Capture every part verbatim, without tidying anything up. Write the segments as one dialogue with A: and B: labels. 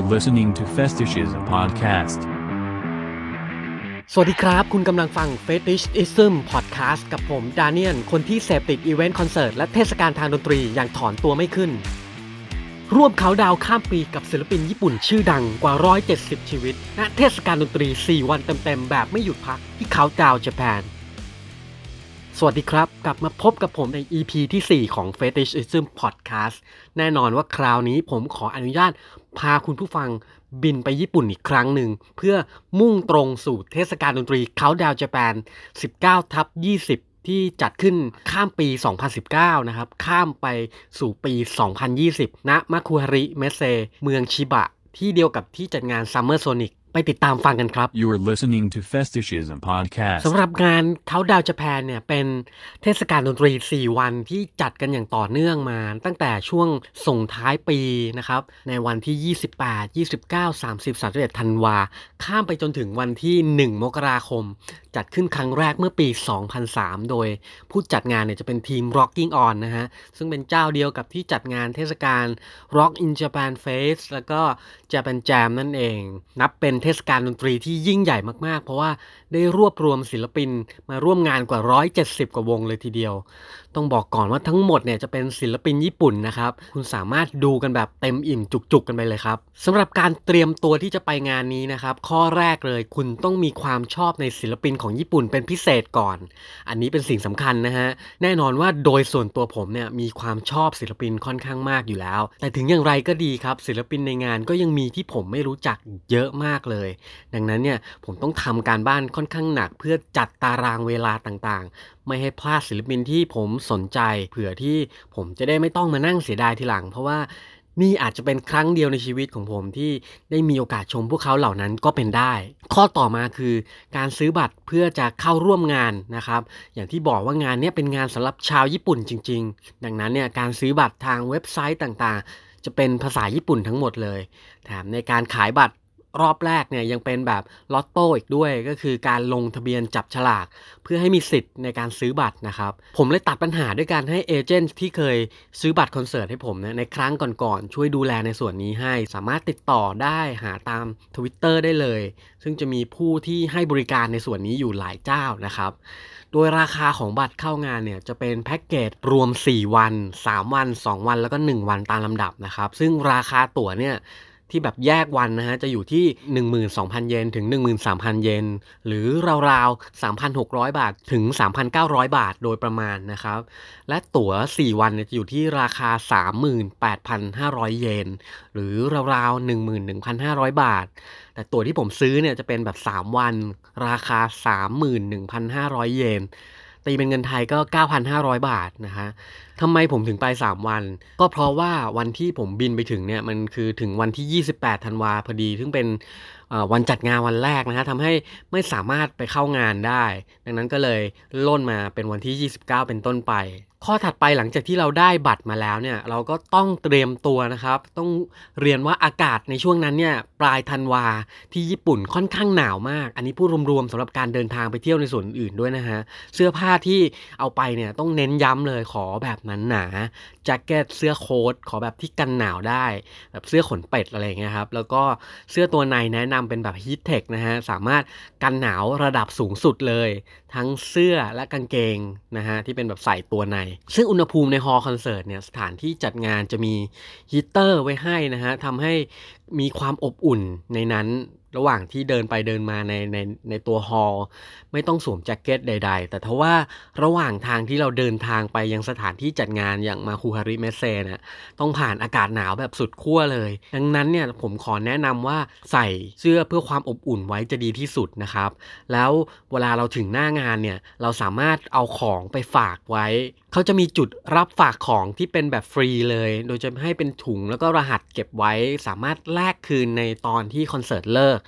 A: listening to Festishism Podcast.
B: สวัสดีครับคุณกำลังฟัง Fetishism Podcast กับผมดาเนียลคนที่เสพติดอีเวนต์คอนเสิร์ตและเทศกาลทางดนตรีอย่างถอนตัวไม่ขึ้นร่วมเขาดาวข้ามปีกับศิลปินญี่ปุ่นชื่อดังกว่าหนึ่งร้อยเจ็ดสิบชีวิตณเทศกาลดนตรีสี่วันเต็มๆแบบไม่หยุดพักที่เขาดาวญี่ปุ่นสวัสดีครับกลับมาพบกับผมใน อี พี ที่สี่ของ Fetishism Podcast แน่นอนว่าคราวนี้ผมขออนุญาตพาคุณผู้ฟังบินไปญี่ปุ่นอีกครั้งหนึ่งเพื่อมุ่งตรงสู่เทศกาลดนตรีเขาดาวญี่ปุ่น สิบเก้าทับยี่สิบ ที่จัดขึ้นข้ามปี สองพันสิบเก้า นะครับข้ามไปสู่ปี สองพันยี่สิบ ณ มาคุฮาริเมเซเมืองชิบะที่เดียวกับที่จัดงาน Summer Sonic ไปติดตามฟังกันครับ
A: You are listening to Festishism Podcast.
B: สำหรับงานเขาดาวญี่ปุ่นเนี่ยเป็นเทศกาลดนตรีสี่วันที่จัดกันอย่างต่อเนื่องมาตั้งแต่ช่วงส่งท้ายปีนะครับในวันที่ยี่สิบแปด ยี่สิบเก้า สามสิบ สามสิบเอ็ดธันวาข้ามไปจนถึงวันที่หนึ่งมกราคมจัดขึ้นครั้งแรกเมื่อปี สองพันสาม โดยผู้จัดงานเนี่ยจะเป็นทีม Rocking On นะฮะซึ่งเป็นเจ้าเดียวกับที่จัดงานเทศกาล Rock in Japan Fest แล้วก็ Japan Jam นั่นเองนับเป็นเทศกาลดนตรีที่ยิ่งใหญ่มากๆเพราะว่าได้รวบรวมศิลปินมาร่วมงานกว่าหนึ่งร้อยเจ็ดสิบกว่าวงเลยทีเดียวต้องบอกก่อนว่าทั้งหมดเนี่ยจะเป็นศิลปินญี่ปุ่นนะครับคุณสามารถดูกันแบบเต็มอิ่มจุกๆกันไปเลยครับสำหรับการเตรียมตัวที่จะไปงานนี้นะครับข้อแรกเลยคุณต้องมีความชอบในศิลปินของญี่ปุ่นเป็นพิเศษก่อนอันนี้เป็นสิ่งสำคัญนะฮะแน่นอนว่าโดยส่วนตัวผมเนี่ยมีความชอบศิลปินค่อนข้างมากอยู่แล้วแต่ถึงอย่างไรก็ดีครับศิลปินในงานก็ยังมีที่ผมไม่รู้จักเยอะมากเลยดังนั้นเนี่ยผมต้องทำการบ้านค่อนข้างหนักเพื่อจัดตารางเวลาต่างๆไม่ให้พลาดศิลปินที่ผมสนใจเผื่อที่ผมจะได้ไม่ต้องมานั่งเสียดายทีหลังเพราะว่านี่อาจจะเป็นครั้งเดียวในชีวิตของผมที่ได้มีโอกาสชมพวกเขาเหล่านั้นก็เป็นได้ข้อต่อมาคือการซื้อบัตรเพื่อจะเข้าร่วมงานนะครับอย่างที่บอกว่างานนี้เป็นงานสำหรับชาวญี่ปุ่นจริงๆดังนั้นเนี่ยการซื้อบัตรทางเว็บไซต์ต่างๆจะเป็นภาษาญี่ปุ่นทั้งหมดเลยแถมในการขายบัตรรอบแรกเนี่ยยังเป็นแบบลอตโต้อีกด้วยก็คือการลงทะเบียนจับฉลากเพื่อให้มีสิทธิ์ในการซื้อบัตรนะครับผมเลยตัดปัญหาด้วยการให้เอเจนต์ที่เคยซื้อบัตรคอนเสิร์ตให้ผมเนี่ยในครั้งก่อนๆช่วยดูแลในส่วนนี้ให้สามารถติดต่อได้หาตาม Twitter ได้เลยซึ่งจะมีผู้ที่ให้บริการในส่วนนี้อยู่หลายเจ้านะครับโดยราคาของบัตรเข้างานเนี่ยจะเป็นแพ็กเกจรวมสี่วันสามวันสองวันแล้วก็หนึ่งวันตามลำดับนะครับซึ่งราคาตั๋วเนี่ยที่แบบแยกวันนะฮะจะอยู่ที่ หนึ่งหมื่นสองพัน เยนถึง หนึ่งหมื่นสามพัน เยนหรือราวๆ สามพันหกร้อย บาทถึง สามพันเก้าร้อย บาทโดยประมาณนะครับและตั๋วสี่วันเนี่ยจะอยู่ที่ราคา สามหมื่นแปดพันห้าร้อย เยนหรือราวๆ หนึ่งหมื่นหนึ่งพันห้าร้อย บาทแต่ตั๋วที่ผมซื้อเนี่ยจะเป็นแบบสามวันราคา สามหมื่นหนึ่งพันห้าร้อย เยนตีเป็นเงินไทยก็ เก้าพันห้าร้อย บาทนะฮะทำไมผมถึงไปสามวันก็เพราะว่าวันที่ผมบินไปถึงเนี่ยมันคือถึงวันที่ยี่สิบแปดธันวาพอดีซึ่งเป็นวันจัดงานวันแรกนะฮะทำให้ไม่สามารถไปเข้างานได้ดังนั้นก็เลยล่นมาเป็นวันที่ยี่สิบเก้าเป็นต้นไปข้อถัดไปหลังจากที่เราได้บัตรมาแล้วเนี่ยเราก็ต้องเตรียมตัวนะครับต้องเรียนว่าอากาศในช่วงนั้นเนี่ยปลายธันวาที่ญี่ปุ่นค่อนข้างหนาวมากอันนี้พูดรวมๆสำหรับการเดินทางไปเที่ยวในส่วนอื่นด้วยนะฮะเสื้อผ้าที่เอาไปเนี่ยต้องเน้นย้ำเลยขอแบบหนาๆแจ็คเก็ตเสื้อโค้ทขอแบบที่กันหนาวได้แบบเสื้อขนเป็ดอะไรอย่างเงี้ยครับแล้วก็เสื้อตัวในแนะนำเป็นแบบฮีทเทคนะฮะสามารถกันหนาวระดับสูงสุดเลยทั้งเสื้อและกางเกงนะฮะที่เป็นแบบใส่ตัวในซึ่งอุณหภูมิในฮอลล์คอนเสิร์ตเนี่ยสถานที่จัดงานจะมีฮีเตอร์ไว้ให้นะฮะทำให้มีความอบอุ่นในนั้นระหว่างที่เดินไปเดินมาในในในตัวฮอลล์ไม่ต้องสวมแจ็คเก็ตใดๆแต่ทว่าระหว่างทางที่เราเดินทางไปยังสถานที่จัดงานอย่างมาคุฮาริเมเซเนี่ยต้องผ่านอากาศหนาวแบบสุดขั้วเลยดังนั้นเนี่ยผมขอแนะนำว่าใส่เสื้อเพื่อความอบอุ่นไว้จะดีที่สุดนะครับแล้วเวลาเราถึงหน้างานเนี่ยเราสามารถเอาของไปฝากไว้เขาจะมีจุดรับฝากของที่เป็นแบบฟรีเลยโดยจะให้เป็นถุงแล้วก็รหัสเก็บไว้สามารถแลกคืนในตอนที่คอนเสิร์ตเลิก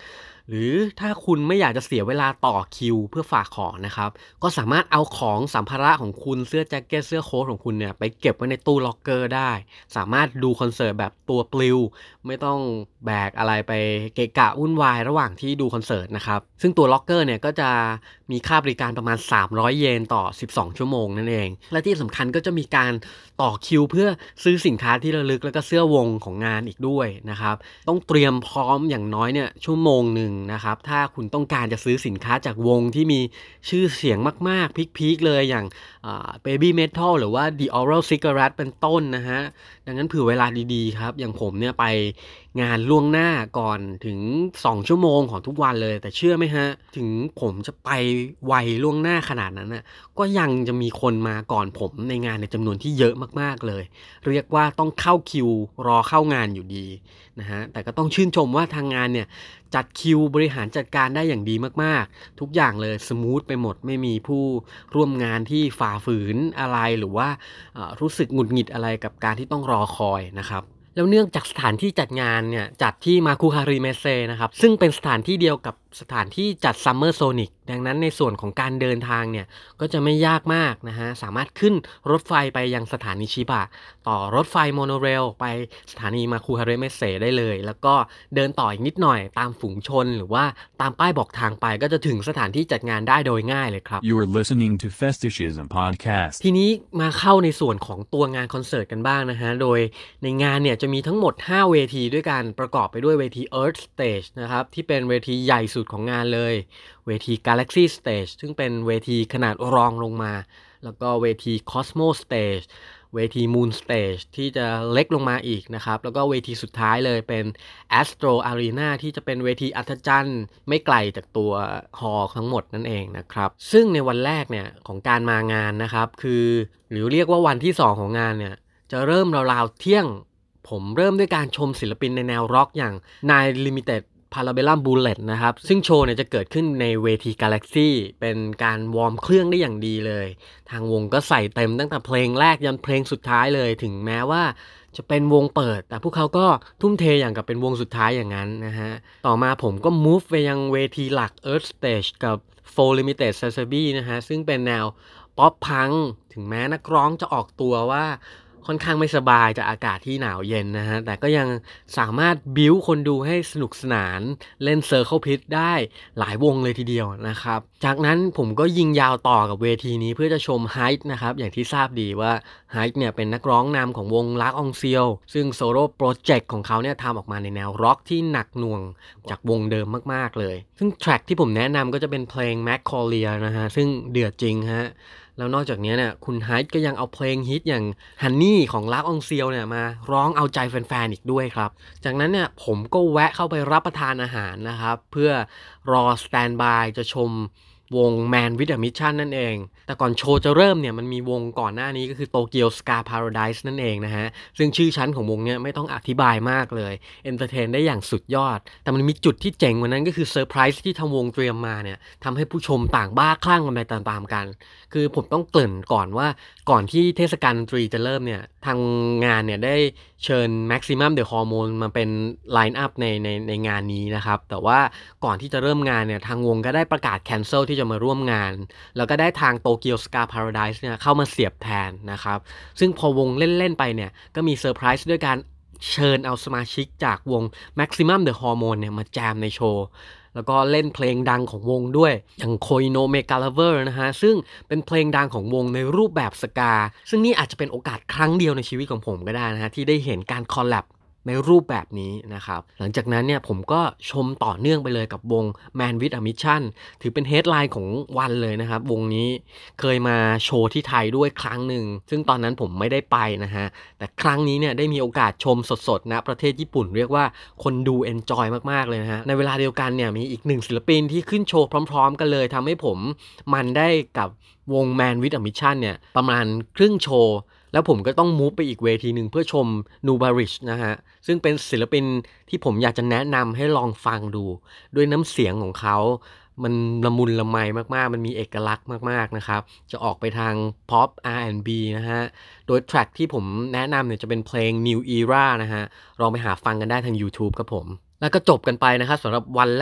B: หรือถ้าคุณไม่อยากจะเสียเวลาต่อคิวเพื่อฝากของนะครับก็สามารถเอาของสัมภาระของคุณเสื้อแจ็คเก็ตเสื้อโค้ทของคุณเนี่ยไปเก็บไว้ในตู้ล็อกเกอร์ได้สามารถดูคอนเสิร์ตแบบตัวปลิวไม่ต้องแบกอะไรไปเกะกะวุ่นวายระหว่างที่ดูคอนเสิร์ตนะครับซึ่งตัวล็อกเกอร์เนี่ยก็จะมีค่าบริการประมาณสามร้อยเยนต่อสิบสองชั่วโมงนั่นเองและที่สำคัญก็จะมีการต่อคิวเพื่อซื้อสินค้าที่ระลึกแล้วก็เสื้อวงของงานอีกด้วยนะครับต้องเตรียมพร้อมอย่างน้อยเนี่ยชั่วโมงหนึ่งนะครับถ้าคุณต้องการจะซื้อสินค้าจากวงที่มีชื่อเสียงมากๆพีคๆเลยอย่างอ่า Baby Metal หรือว่า The Oral Cigarette เป็นต้นนะฮะดังนั้นเผื่อเวลาดีๆครับอย่างผมเนี่ยไปงานล่วงหน้าก่อนถึงสองชั่วโมงของทุกวันเลยแต่เชื่อไหมฮะถึงผมจะไปไวล่วงหน้าขนาดนั้นน่ะก็ยังจะมีคนมาก่อนผมในงานในจำนวนที่เยอะมากๆเลยเรียกว่าต้องเข้าคิวรอเข้างานอยู่ดีนะฮะแต่ก็ต้องชื่นชมว่าทางงานเนี่ยจัดคิวบริหารจัดการได้อย่างดีมากๆทุกอย่างเลยสมูทไปหมดไม่มีผู้ร่วมงานที่ฝ่าฝืนอะไรหรือว่ารู้สึกหงุดหงิดอะไรกับการที่ต้องรอคอยนะครับแล้วเนื่องจากสถานที่จัดงานเนี่ยจัดที่มาคุฮาริเมเซนะครับซึ่งเป็นสถานที่เดียวกับสถานที่จัดซัมเมอร์โซนิกดังนั้นในส่วนของการเดินทางเนี่ยก็จะไม่ยากมากนะฮะสามารถขึ้นรถไฟไปยังสถานีชิบะต่อรถไฟโมโนเรลไปสถานีมาคุฮาริเมเซได้เลยแล้วก็เดินต่ออีกนิดหน่อยตามฝูงชนหรือว่าตามป้ายบอกทางไปก็จะถึงสถานที่จัดงานได้โดยง่ายเลยครับ
A: You are listening to Festishism Podcast.
B: ทีนี้มาเข้าในส่วนของตัวงานคอนเสิร์ตกันบ้างนะฮะโดยในงานเนี่ยจะมีทั้งหมดห้าเวทีด้วยกันประกอบไปด้วยเวที Earth Stage นะครับที่เป็นเวทีใหญ่สุดของงานเลยเวที Galaxy Stage ซึ่งเป็นเวทีขนาดรองลงมาแล้วก็เวที Cosmo Stage เวที Moon Stage ที่จะเล็กลงมาอีกนะครับแล้วก็เวทีสุดท้ายเลยเป็น Astro Arena ที่จะเป็นเวทีอัศจรรย์ไม่ไกลจากตัวฮอลล์ทั้งหมดนั่นเองนะครับซึ่งในวันแรกเนี่ยของการมางานนะครับคือหรือเรียกว่าวันที่สองของงานเนี่ยจะเริ่มราวๆเที่ยงผมเริ่มด้วยการชมศิลปินในแนวร็อกอย่าง Nine Limited Parabellum Bullet นะครับซึ่งโชว์เนี่ยจะเกิดขึ้นในเวที Galaxy เป็นการวอร์มเครื่องได้อย่างดีเลยทางวงก็ใส่เต็มตั้งแต่เพลงแรกยันเพลงสุดท้ายเลยถึงแม้ว่าจะเป็นวงเปิดแต่พวกเขาก็ทุ่มเทอย่างกับเป็นวงสุดท้ายอย่างนั้นนะฮะต่อมาผมก็ move ไปยังเวทีหลัก Earth Stage กับ Four Limited Sasabi นะฮะซึ่งเป็นแนวป๊อปพังถึงแม้นักร้องจะออกตัวว่าค่อนข้างไม่สบายจากอากาศที่หนาวเย็นนะฮะแต่ก็ยังสามารถบิ้วคนดูให้สนุกสนานเล่น Circle Pit ได้หลายวงเลยทีเดียวนะครับจากนั้นผมก็ยิงยาวต่อกับเวทีนี้เพื่อจะชม Hyde นะครับอย่างที่ทราบดีว่า Hyde เนี่ยเป็นนักร้องนำของวง L'Arc en Ciel ซึ่งโซโล่โปรเจกต์ของเขาเนี่ยทำออกมาในแนวร็อกที่หนักหน่วงจากวงเดิมมากๆเลยซึ่งแทร็กที่ผมแนะนำก็จะเป็นเพลง Mac Collier นะฮะซึ่งเดือดจริงฮะแล้วนอกจากนี้เนี่ยคุณไฮด์ก็ยังเอาเพลงฮิตอย่าง Honey ของ L'Arc en Ciel เนี่ยมาร้องเอาใจแฟนๆอีกด้วยครับจากนั้นเนี่ยผมก็แวะเข้าไปรับประทานอาหารนะครับเพื่อรอสแตนบายจะชมวง Man with a Mission นั่นเองแต่ก่อนโชว์จะเริ่มเนี่ยมันมีวงก่อนหน้านี้ก็คือ Tokyo Ska Paradise นั่นเองนะฮะซึ่งชื่อชั้นของวงเนี่ยไม่ต้องอธิบายมากเลยเอนเตอร์เทนได้อย่างสุดยอดแต่มันมีจุดที่เจ๋งกว่านั้นก็คือเซอร์ไพรส์ที่ทางวงเตรียมมาเนี่ยทำให้ผู้ชมต่างบ้าคลั่งกันไปตามๆกันคือผมต้องเกริ่นก่อนว่าก่อนที่เทศกาลดนตรีจะเริ่มเนี่ยทางงานเนี่ยได้เชิญ Maximum The Hormone มาเป็นไลน์อัพในในในงานนี้นะครับแต่ว่าก่อนที่จะเริ่มงานเนี่ยทางวงก็ได้ประกาศ cancel ที่จะมาร่วมงานแล้วก็ได้ทาง Tokyo Ska Paradise เนี่ยเข้ามาเสียบแทนนะครับซึ่งพอวงเล่นๆไปเนี่ยก็มีเซอร์ไพรส์ด้วยการเชิญเอาสมาชิกจากวง Maximum The Hormone เนี่ยมาแจมในโชว์แล้วก็เล่นเพลงดังของวงด้วยอย่าง Koino Megalover นะฮะซึ่งเป็นเพลงดังของวงในรูปแบบสกาซึ่งนี่อาจจะเป็นโอกาสครั้งเดียวในชีวิตของผมก็ได้นะฮะที่ได้เห็นการคอลแลบในรูปแบบนี้นะครับหลังจากนั้นเนี่ยผมก็ชมต่อเนื่องไปเลยกับวง Man with a Mission ถือเป็นเฮดไลน์ของวันเลยนะครับวงนี้เคยมาโชว์ที่ไทยด้วยครั้งหนึ่งซึ่งตอนนั้นผมไม่ได้ไปนะฮะแต่ครั้งนี้เนี่ยได้มีโอกาสชมสดๆณประเทศญี่ปุ่นเรียกว่าคนดูเอนจอยมากๆเลยนะฮะในเวลาเดียวกันเนี่ยมีอีกหนึ่งศิลปินที่ขึ้นโชว์พร้อมๆกันเลยทำให้ผมมันได้กับวง Man with a Mission เนี่ยประมาณครึ่งโชว์แล้วผมก็ต้องมูฟไปอีกเวทีหนึ่งเพื่อชม Nubarish นะฮะซึ่งเป็นศิลปินที่ผมอยากจะแนะนำให้ลองฟังดูด้วยน้ำเสียงของเขามันละมุนละไมมากๆมันมีเอกลักษณ์มากๆนะครับจะออกไปทาง Pop อาร์ แอนด์ บี นะฮะโดยแทร็กที่ผมแนะนำเนี่ยจะเป็นเพลง New Era นะฮะลองไปหาฟังกันได้ทาง YouTube ครับผมแล้วก็จบกันไปนะครับสำหรับวันแรก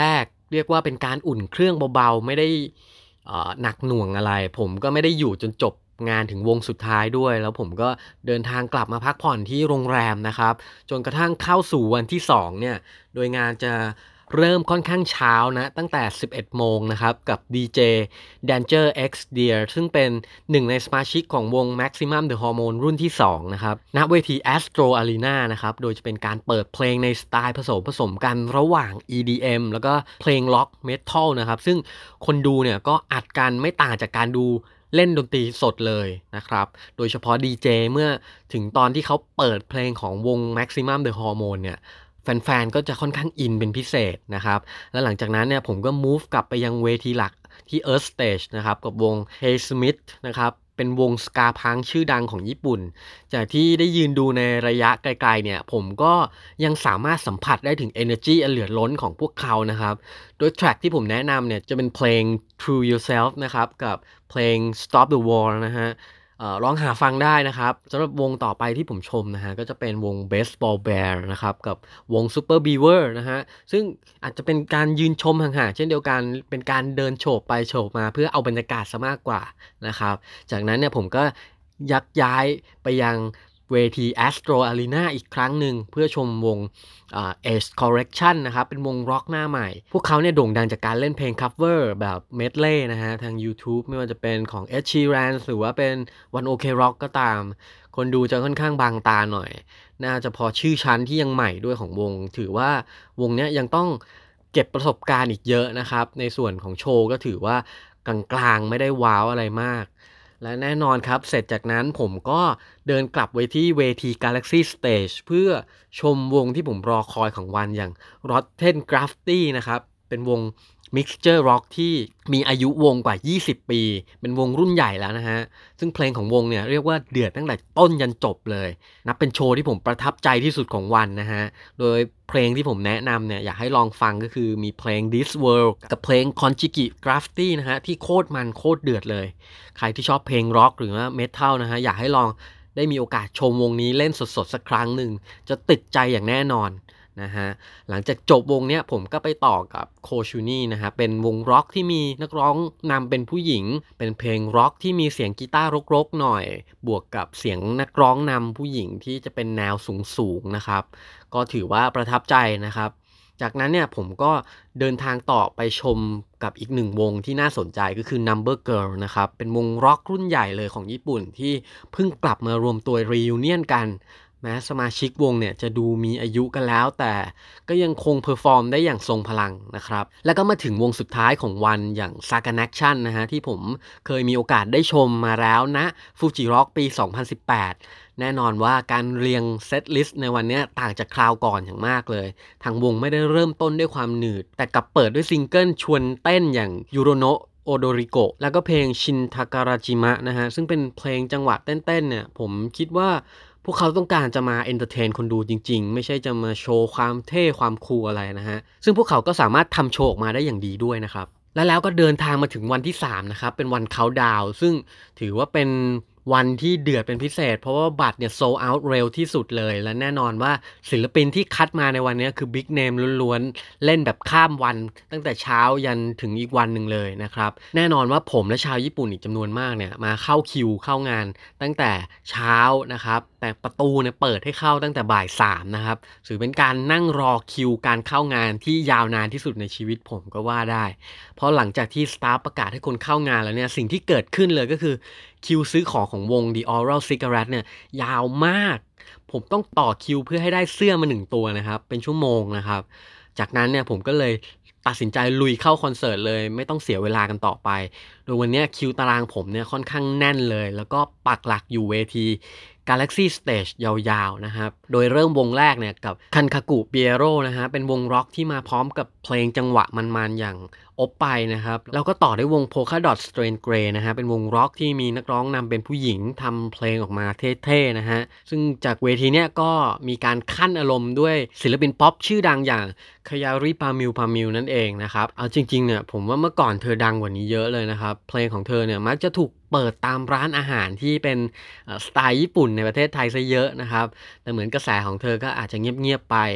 B: เรียกว่าเป็นการอุ่นเครื่องเบาๆไม่ได้เอ่อหนักหน่วงอะไรผมก็ไม่ได้อยู่จนจบงานถึงวงสุดท้ายด้วยแล้วผมก็เดินทางกลับมาพักผ่อนที่โรงแรมนะครับจนกระทั่งเข้าสู่วันที่สองเนี่ยโดยงานจะเริ่มค่อนข้างเช้านะตั้งแต่สิบเอ็ดโมงนะครับกับดีเจ Danger X Deer ซึ่งเป็นหนึ่งในสมาชิกของวง Maximum The Hormone รุ่นที่สองนะครับณเวที Astro Arena นะครับโดยจะเป็นการเปิดเพลงในสไตล์ผสมผสมกันระหว่าง อี ดี เอ็ม แล้วก็เพลงล็อกเมทัลนะครับซึ่งคนดูเนี่ยก็อัดกันไม่ต่างจากการดูเล่นดนตรีสดเลยนะครับโดยเฉพาะดีเจเมื่อถึงตอนที่เขาเปิดเพลงของวง Maximum The Hormone เนี่ยแฟนๆก็จะค่อนข้างอินเป็นพิเศษนะครับและหลังจากนั้นเนี่ยผมก็ move กลับไปยังเวทีหลักที่ Earth Stage นะครับกับวง Hey Smith นะครับเป็นวงสกาพังชื่อดังของญี่ปุ่นจากที่ได้ยืนดูในระยะไกลๆเนี่ยผมก็ยังสามารถสัมผัสได้ถึง energy อันเหลือล้นของพวกเขานะครับโดยแทร็กที่ผมแนะนำเนี่ยจะเป็นเพลง True Yourself นะครับกับเพลง Stop the War นะฮะเอ่อลองหาฟังได้นะครับสำหรับวงต่อไปที่ผมชมนะฮะก็จะเป็นวง Baseball Bear นะครับกับวง Super Beaver นะฮะซึ่งอาจจะเป็นการยืนชมห่างๆเช่นเดียวกันเป็นการเดินโฉบไปโฉบมาเพื่อเอาบรรยากาศซะมากกว่านะครับจากนั้นเนี่ยผมก็ยักย้ายไปยังเวที Astro Arena อีกครั้งหนึ่งเพื่อชมวงอ่า Age Correction นะครับเป็นวงร็อกหน้าใหม่พวกเขาเนี่ยโด่งดังจากการเล่นเพลง cover แบบ medley นะฮะทาง YouTube ไม่ว่าจะเป็นของ Ed Sheeran หรือว่าเป็น One Ok Rock ก็ตามคนดูจะค่อนข้างบางตาหน่อยน่าจะพอชื่อชั้นที่ยังใหม่ด้วยของวงถือว่าวงเนี้ยยังต้องเก็บประสบการณ์อีกเยอะนะครับในส่วนของโชว์ก็ถือว่ากลางๆไม่ได้ว้าวอะไรมากและแน่นอนครับเสร็จจากนั้นผมก็เดินกลับไปที่เวที Galaxy Stage เพื่อชมวงที่ผมรอคอยของวันอย่าง Rotten Gravity นะครับเป็นวง Mixture Rock ที่มีอายุวงกว่ายี่สิบปีเป็นวงรุ่นใหญ่แล้วนะฮะซึ่งเพลงของวงเนี่ยเรียกว่าเดือดตั้งแต่ต้นยันจบเลยนับเป็นโชว์ที่ผมประทับใจที่สุดของวันนะฮะโดยเพลงที่ผมแนะนำเนี่ยอยากให้ลองฟังก็คือมีเพลง This World กับเพลง Conjugate Gravity นะฮะที่โคตรมันโคตรเดือดเลยใครที่ชอบเพลงร็อกหรือว่าเมทัลนะฮะอยากให้ลองได้มีโอกาสชมวงนี้เล่นสดๆสักครั้งหนึ่งจะติดใจอย่างแน่นอนนะฮะหลังจากจบวงเนี้ยผมก็ไปต่อกับโคชูนี่นะฮะเป็นวงร็อกที่มีนักร้องนำเป็นผู้หญิงเป็นเพลงร็อกที่มีเสียงกีตาร์รกๆหน่อยบวกกับเสียงนักร้องนำผู้หญิงที่จะเป็นแนวสูงๆนะครับก็ถือว่าประทับใจนะครับจากนั้นเนี่ยผมก็เดินทางต่อไปชมกับอีกหนึ่งวงที่น่าสนใจก็คือ Number Girl นะครับเป็นวงร็อกรุ่นใหญ่เลยของญี่ปุ่นที่เพิ่งกลับมารวมตัว reunion กันแม้สมาชิกวงเนี่ยจะดูมีอายุกันแล้วแต่ก็ยังคงเพอร์ฟอร์มได้อย่างทรงพลังนะครับแล้วก็มาถึงวงสุดท้ายของวันอย่าง Sagan Action นะฮะที่ผมเคยมีโอกาสได้ชมมาแล้วนะ Fuji Rock ปี สองพันสิบแปดแน่นอนว่าการเรียงเซตลิสต์ในวันนี้ต่างจากคราวก่อนอย่างมากเลยทางวงไม่ได้เริ่มต้นด้วยความหนืดแต่กลับเปิดด้วยซิงเกิลชวนเต้นอย่างยูโรโนะโอโดริโกะแล้วก็เพลงชินทาการาจิมะนะฮะซึ่งเป็นเพลงจังหวะเต้นๆเนี่ยผมคิดว่าพวกเขาต้องการจะมาเอนเตอร์เทนคนดูจริงๆไม่ใช่จะมาโชว์ความเท่ความคูลอะไรนะฮะซึ่งพวกเขาก็สามารถทำโชว์ออกมาได้อย่างดีด้วยนะครับและแล้วก็เดินทางมาถึงวันที่สามนะครับเป็นวันเคาน์ดาวน์ซึ่งถือว่าเป็นวันที่เดือดเป็นพิเศษเพราะว่าบัตรเนี่ยโซลด์เอาท์เร็วที่สุดเลยและแน่นอนว่าศิลปินที่คัดมาในวันนี้คือบิ๊กเนมล้วนๆเล่นแบบข้ามวันตั้งแต่เช้ายันถึงอีกวันหนึ่งเลยนะครับแน่นอนว่าผมและชาวญี่ปุ่นอีกจำนวนมากเนี่ยมาเข้าคิวเข้างานตั้งแต่เช้านะครับแต่ประตูเนี่ยเปิดให้เข้าตั้งแต่บ่ายสามนะครับถือเป็นการนั่งรอคิวการเข้างานที่ยาวนานที่สุดในชีวิตผมก็ว่าได้เพราะหลังจากที่สตาฟประกาศให้คนเข้างานแล้วเนี่ยสิ่งที่เกิดขึ้นเลยก็คือคิวซื้อของของวง The Oral Cigarette เนี่ยยาวมากผมต้องต่อคิวเพื่อให้ได้เสื้อมาหนึ่งตัวนะครับเป็นชั่วโมงนะครับจากนั้นเนี่ยผมก็เลยตัดสินใจลุยเข้าคอนเสิร์ตเลยไม่ต้องเสียเวลากันต่อไปโดยวันนี้คิวตารางผมเนี่ยค่อนข้างแน่นเลยแล้วก็ปักหลักอยู่เวที Galaxy Stage ยาวๆนะครับโดยเริ่มวงแรกเนี่ยกับคันคากุเปียโรนะฮะเป็นวงร็อกที่มาพร้อมกับเพลงจังหวะมันๆอย่างอบไปนะครับแล้วก็ต่อด้วยวง Polka Dot Strain Grey นะฮะเป็นวงร็อกที่มีนักร้องนำเป็นผู้หญิงทำเพลงออกมาเท่ๆนะฮะซึ่งจากเวทีเนี้ยก็มีการคั่นอารมณ์ด้วยศิลปินป๊อปชื่อดังอย่างคายาริปามิวปามิวนั่นเองนะครับเอาจริงๆเนี่ยผมว่าเมื่อก่อนเธอดังกว่านี้เยอะเลยนะครับเพลงของเธอเนี่ยมักจะถูกเปิดตามร้านอาหารที่เป็นสไตล์ญี่ปุ่นในประเทศไทยซะเยอะนะครับแต่เหมือนกระแสของเธอก็อาจจะเงียบๆไป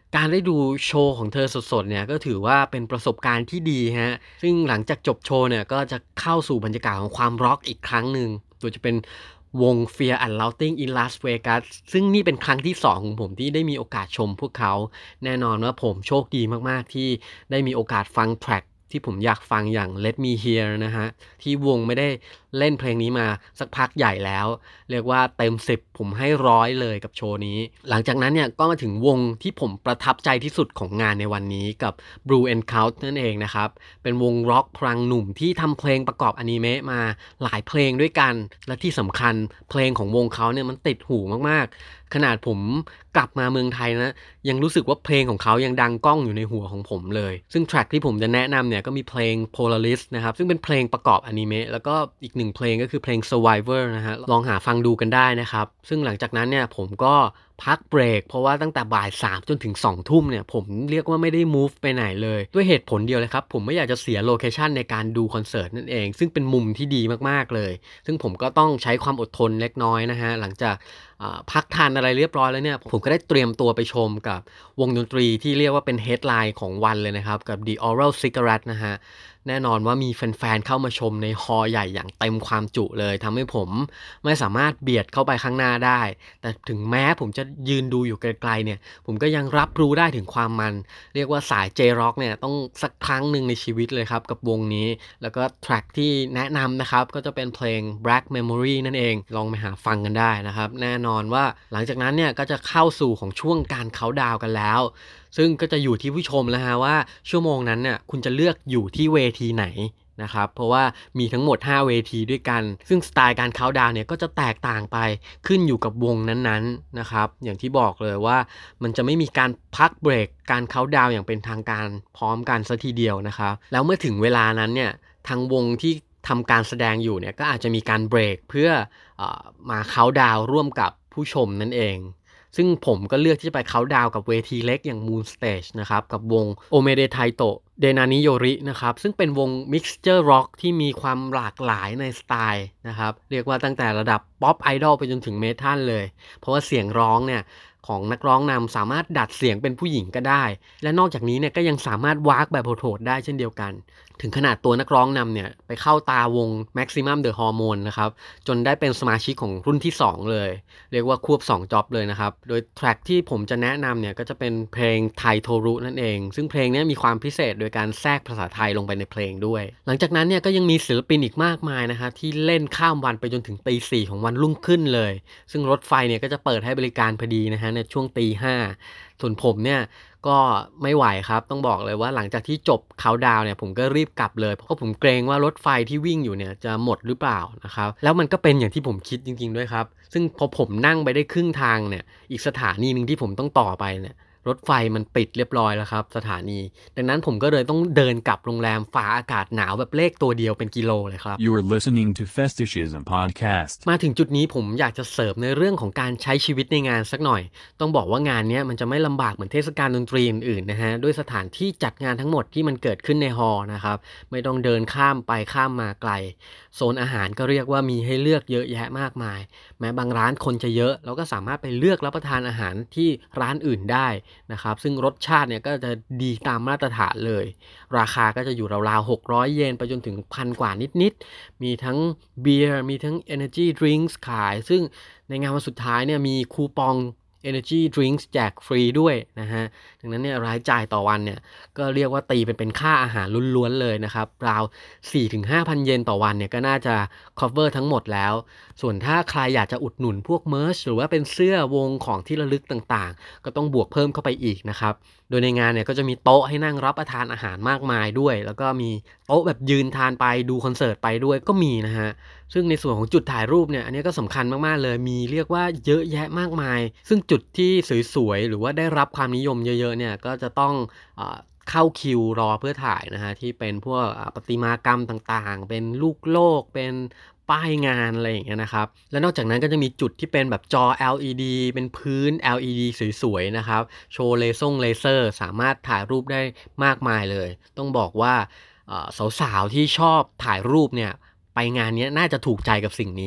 B: การได้ดูโชว์ของเธอสดๆเนี่ยก็ถือว่าเป็นประสบการณ์ที่ดีครับซึ่งหลังจากจบโชว์เนี่ยก็จะเข้าสู่บรรยากาศของความร็อกอีกครั้งหนึ่งโดยจะเป็นวง Fear and Loathing in Las Vegas ซึ่งนี่เป็นครั้งที่สองของผมที่ได้มีโอกาสชมพวกเขาแน่นอนว่าผมโชคดีมากๆที่ได้มีโอกาสฟังแทร็กที่ผมอยากฟังอย่าง Let Me Hear นะฮะที่วงไม่ได้เล่นเพลงนี้มาสักพักใหญ่แล้วเรียกว่าเต็มสิบผมให้ร้อยเลยกับโชว์นี้หลังจากนั้นเนี่ยก็มาถึงวงที่ผมประทับใจที่สุดของงานในวันนี้กับ Blue Encount นั่นเองนะครับเป็นวงร็อกพลังหนุ่มที่ทำเพลงประกอบอนิเมะมาหลายเพลงด้วยกันและที่สำคัญเพลงของวงเขาเนี่ยมันติดหูมากๆขนาดผมกลับมาเมืองไทยนะยังรู้สึกว่าเพลงของเขายังดังก้องอยู่ในหัวของผมเลยซึ่งแทร็กที่ผมจะแนะนำเนี่ยก็มีเพลง Polaris นะครับซึ่งเป็นเพลงประกอบอนิเมะแล้วก็อีกหนึ่งเพลงก็คือเพลง Survivor นะฮะลองหาฟังดูกันได้นะครับซึ่งหลังจากนั้นเนี่ยผมก็พักเบรกเพราะว่าตั้งแต่บ่ายสามจนถึงสองทุ่มเนี่ยผมเรียกว่าไม่ได้ move ไปไหนเลยด้วยเหตุผลเดียวเลยครับผมไม่อยากจะเสียโลเคชันในการดูคอนเสิร์ตนั่นเองซึ่งเป็นมุมที่ดีมากๆเลยซึ่งผมก็ต้องใช้ความอดทนเล็กน้อยนะฮะหลังจากพักทานอะไรเรียบร้อยแล้วเนี่ยผมก็ได้เตรียมตัวไปชมกับวงดนตรีที่เรียกว่าเป็นเฮดไลน์ของวันเลยนะครับกับ The Oral Cigarette นะฮะแน่นอนว่ามีแฟนๆเข้ามาชมในฮอลล์ใหญ่อย่างเต็มความจุเลยทำให้ผมไม่สามารถเบียดเข้าไปข้างหน้าได้แต่ถึงแม้ผมจะยืนดูอยู่ไกลๆเนี่ยผมก็ยังรับรู้ได้ถึงความมันเรียกว่าสาย J-Rock เนี่ยต้องสักครั้งหนึ่งในชีวิตเลยครับกับวงนี้แล้วก็แทร็กที่แนะนำนะครับก็จะเป็นเพลง Black Memory นั่นเองลองไปหาฟังกันได้นะครับแน่นอนว่าหลังจากนั้นเนี่ยก็จะเข้าสู่ของช่วงการเคาน์ดาวน์กันแล้วซึ่งก็จะอยู่ที่ผู้ชมแล้วฮะว่าชั่วโมงนั้นเนี่ยคุณจะเลือกอยู่ที่เวทีไหนนะครับเพราะว่ามีทั้งหมดห้าเวทีด้วยกันซึ่งสไตล์การเคาน์ดาวน์เนี่ยก็จะแตกต่างไปขึ้นอยู่กับวงนั้นๆนะครับอย่างที่บอกเลยว่ามันจะไม่มีการพักเบรกการเคาน์ดาวน์อย่างเป็นทางการพร้อมกันซะทีเดียวนะครับแล้วเมื่อถึงเวลานั้นเนี่ยทางวงที่ทำการแสดงอยู่เนี่ยก็อาจจะมีการเบรกเพื่อเอ่อมาเคาน์ดาวน์ร่วมกับผู้ชมนั่นเองซึ่งผมก็เลือกที่จะไปเคาน์ดาวน์กับเวทีเล็กอย่าง Moon Stage นะครับกับวง Omede Taito Denani Yori นะครับซึ่งเป็นวง Mixture Rock ที่มีความหลากหลายในสไตล์นะครับเรียกว่าตั้งแต่ระดับ Pop Idol ไปจนถึง Metal เลยเพราะว่าเสียงร้องเนี่ยของนักร้องนำสามารถดัดเสียงเป็นผู้หญิงก็ได้และนอกจากนี้เนี่ยก็ยังสามารถวากแบบโหดๆได้เช่นเดียวกันถึงขนาดตัวนักร้องนำเนี่ยไปเข้าตาวง Maximum The Hormone นะครับจนได้เป็นสมาชิกของรุ่นที่สองเลยเรียกว่าควบสองจ็อบเลยนะครับโดยแทร็กที่ผมจะแนะนำเนี่ยก็จะเป็นเพลงไทโทรุนั่นเองซึ่งเพลงนี้มีความพิเศษโดยการแทรกภาษาไทยลงไปในเพลงด้วยหลังจากนั้นเนี่ยก็ยังมีศิลปินอีกมากมายนะครับที่เล่นข้ามวันไปจนถึงตีสี่ของวันรุ่งขึ้นเลยซึ่งรถไฟเนี่ยก็จะเปิดให้บริการพอดีนะฮะในช่วงตีห้าส่วนผมเนี่ยก็ไม่ไหวครับต้องบอกเลยว่าหลังจากที่จบเคาน์ดาวน์เนี่ยผมก็รีบกลับเลยเพราะผมเกรงว่ารถไฟที่วิ่งอยู่เนี่ยจะหมดหรือเปล่านะครับแล้วมันก็เป็นอย่างที่ผมคิดจริงๆด้วยครับซึ่งพอผมนั่งไปได้ครึ่งทางเนี่ยอีกสถานีนึงที่ผมต้องต่อไปเนี่ยรถไฟมันปิดเรียบร้อยแล้วครับสถานีดังนั้นผมก็เลยต้องเดินกลับโรงแรมฝ่าอากาศหนาวแบบเลขตัวเดียวเป็นกิโลเลยครับ
A: You are listening to Festishism Podcast
B: มาถึงจุดนี้ผมอยากจะเสริมในเรื่องของการใช้ชีวิตในงานสักหน่อยต้องบอกว่างานนี้มันจะไม่ลำบากเหมือนเทศกาลดนตรีอื่นๆนะฮะด้วยสถานที่จัดงานทั้งหมดที่มันเกิดขึ้นในฮอลล์นะครับไม่ต้องเดินข้ามไปข้ามมาไกลโซนอาหารก็เรียกว่ามีให้เลือกเยอะแยะมากมายแม้บางร้านคนจะเยอะเราก็สามารถไปเลือกรับประทานอาหารที่ร้านอื่นได้นะครับซึ่งรสชาติเนี่ยก็จะดีตามมาตรฐานเลยราคาก็จะอยู่ราวๆหกร้อยเยนไปจนถึงพันกว่านิดๆมีทั้งเบียร์มีทั้ง energy drinks ขายซึ่งในงานวันสุดท้ายเนี่ยมีคูปอง energy drinks แจกฟรีด้วยนะฮะดังนั้นเนี่ยรายจ่ายต่อวันเนี่ยก็เรียกว่าตีเป็นเป็นค่าอาหารล้วนๆเลยนะครับราว สี่ถึงห้าพัน เยนต่อวันเนี่ยก็น่าจะ cover ทั้งหมดแล้วส่วนถ้าใครอยากจะอุดหนุนพวก merch หรือว่าเป็นเสื้อวงของที่ระลึกต่างๆก็ต้องบวกเพิ่มเข้าไปอีกนะครับโดยในงานเนี่ยก็จะมีโต๊ะให้นั่งรับประทานอาหารมากมายด้วยแล้วก็มีโต๊ะแบบยืนทานไปดูคอนเสิร์ตไปด้วยก็มีนะฮะซึ่งในส่วนของจุดถ่ายรูปเนี่ยอันนี้ก็สำคัญมากๆเลยมีเรียกว่าเยอะแยะมากมายซึ่งจุดที่สวยๆหรือว่าได้รับความนิยมเยอะๆเนี่ยก็จะต้องเอ่อเข้าคิวรอเพื่อถ่ายนะฮะที่เป็นพวกประติมากรรมต่างๆเป็นลูกโลกเป็นป้ายงานอะไรอย่างเงี้ยนะครับและนอกจากนั้นก็จะมีจุดที่เป็นแบบจอ แอล อี ดี เป็นพื้น แอล อี ดี สวยๆนะครับโชว์เลเซอร์เลเซอร์สามารถถ่ายรูปได้มากมายเลยต้องบอกว่าสาวๆที่ชอบถ่ายรูปเนี่ยไปงานนี้น่าจะถูกใจกับสิ่งนี้ครับ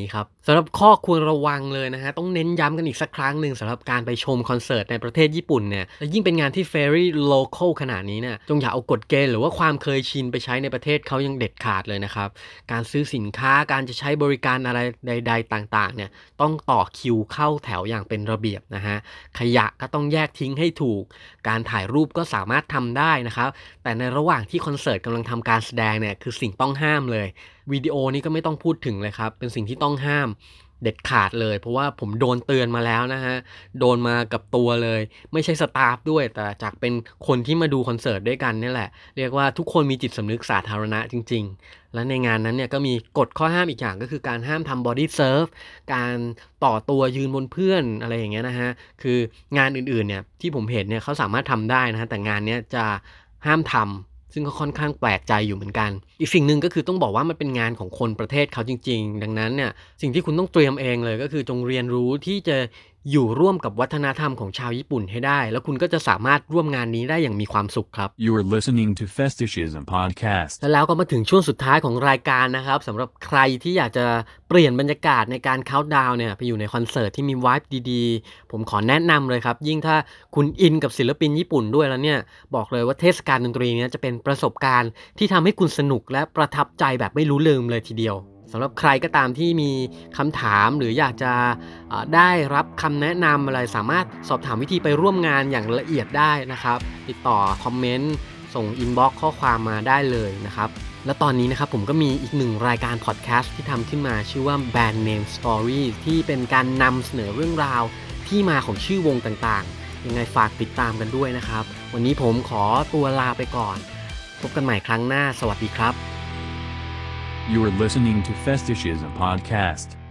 B: สำหรับข้อควรระวังเลยนะฮะต้องเน้นย้ำกันอีกสักครั้งหนึ่งสำหรับการไปชมคอนเสิร์ตในประเทศญี่ปุ่นเนี่ยและยิ่งเป็นงานที่ very local ขนาดนี้เนี่ยจงอย่าเอากฎเกณฑ์หรือว่าความเคยชินไปใช้ในประเทศเขายังเด็ดขาดเลยนะครับการซื้อสินค้าการจะใช้บริการอะไรใดๆต่างๆเนี่ยต้องต่อคิวเข้าแถวอย่างเป็นระเบียบนะฮะขยะก็ต้องแยกทิ้งให้ถูกการถ่ายรูปก็สามารถทำได้นะครับแต่ในระหว่างที่คอนเสิร์ตกำลังทำการแสดงเนี่ยคือสิ่งต้องห้ามเลยวิดีโอนี้ก็ไม่ต้องพูดถึงเลยครับเป็นสิ่งที่ต้องห้ามเด็ดขาดเลยเพราะว่าผมโดนเตือนมาแล้วนะฮะโดนมากับตัวเลยไม่ใช่สตาฟด้วยแต่จากเป็นคนที่มาดูคอนเสิร์ตด้วยกันนี่แหละเรียกว่าทุกคนมีจิตสำนึกสาธารณะจริงๆและในงานนั้นเนี่ยก็มีกฎข้อห้ามอีกอย่างก็คือการห้ามทำบอดี้เซิร์ฟการต่อตัวยืนบนเพื่อนอะไรอย่างเงี้ยนะฮะคืองานอื่นๆเนี่ยที่ผมเห็นเนี่ยเขาสามารถทำได้นะฮะแต่งานเนี้ยจะห้ามทำซึ่งก็ค่อนข้างแปลกใจอยู่เหมือนกันอีกสิ่งหนึ่งก็คือต้องบอกว่ามันเป็นงานของคนประเทศเขาจริงๆดังนั้นเนี่ยสิ่งที่คุณต้องเตรียมเองเลยก็คือจงเรียนรู้ที่จะอยู่ร่วมกับวัฒนธรรมของชาวญี่ปุ่นให้ได้แล้วคุณก็จะสามารถร่วมงานนี้ได้อย่างมีความสุขครับ
A: You are listening to Festishism Podcast.
B: แล้วก็มาถึงช่วงสุดท้ายของรายการนะครับสำหรับใครที่อยากจะเปลี่ยนบรรยากาศในการเคาน์ดาวน์เนี่ยไปอยู่ในคอนเสิร์ตที่มีไวบ์ดีๆผมขอแนะนำเลยครับยิ่งถ้าคุณอินกับศิลปินญี่ปุ่นด้วยแล้วเนี่ยบอกเลยว่าเทศกาลดนตรีนี้จะเป็นประสบการณ์ที่ทำให้คุณสนุกและประทับใจแบบไม่รู้ลืมเลยทีเดียวสำหรับใครก็ตามที่มีคำถามหรืออยากจะได้รับคำแนะนำอะไรสามารถสอบถามวิธีไปร่วมงานอย่างละเอียดได้นะครับติดต่อคอมเมนต์ส่งอินบ็อกซ์ข้อความมาได้เลยนะครับและตอนนี้นะครับผมก็มีอีกหนึ่งรายการพอดแคสต์ที่ทำขึ้นมาชื่อว่า Band Name Story ที่เป็นการนำเสนอเรื่องราวที่มาของชื่อวงต่างๆยังไงฝากติดตามกันด้วยนะครับวันนี้ผมขอตัวลาไปก่อนพบกันใหม่ครั้งหน้าสวัสดีครับ
A: You are listening to Festishism Podcast.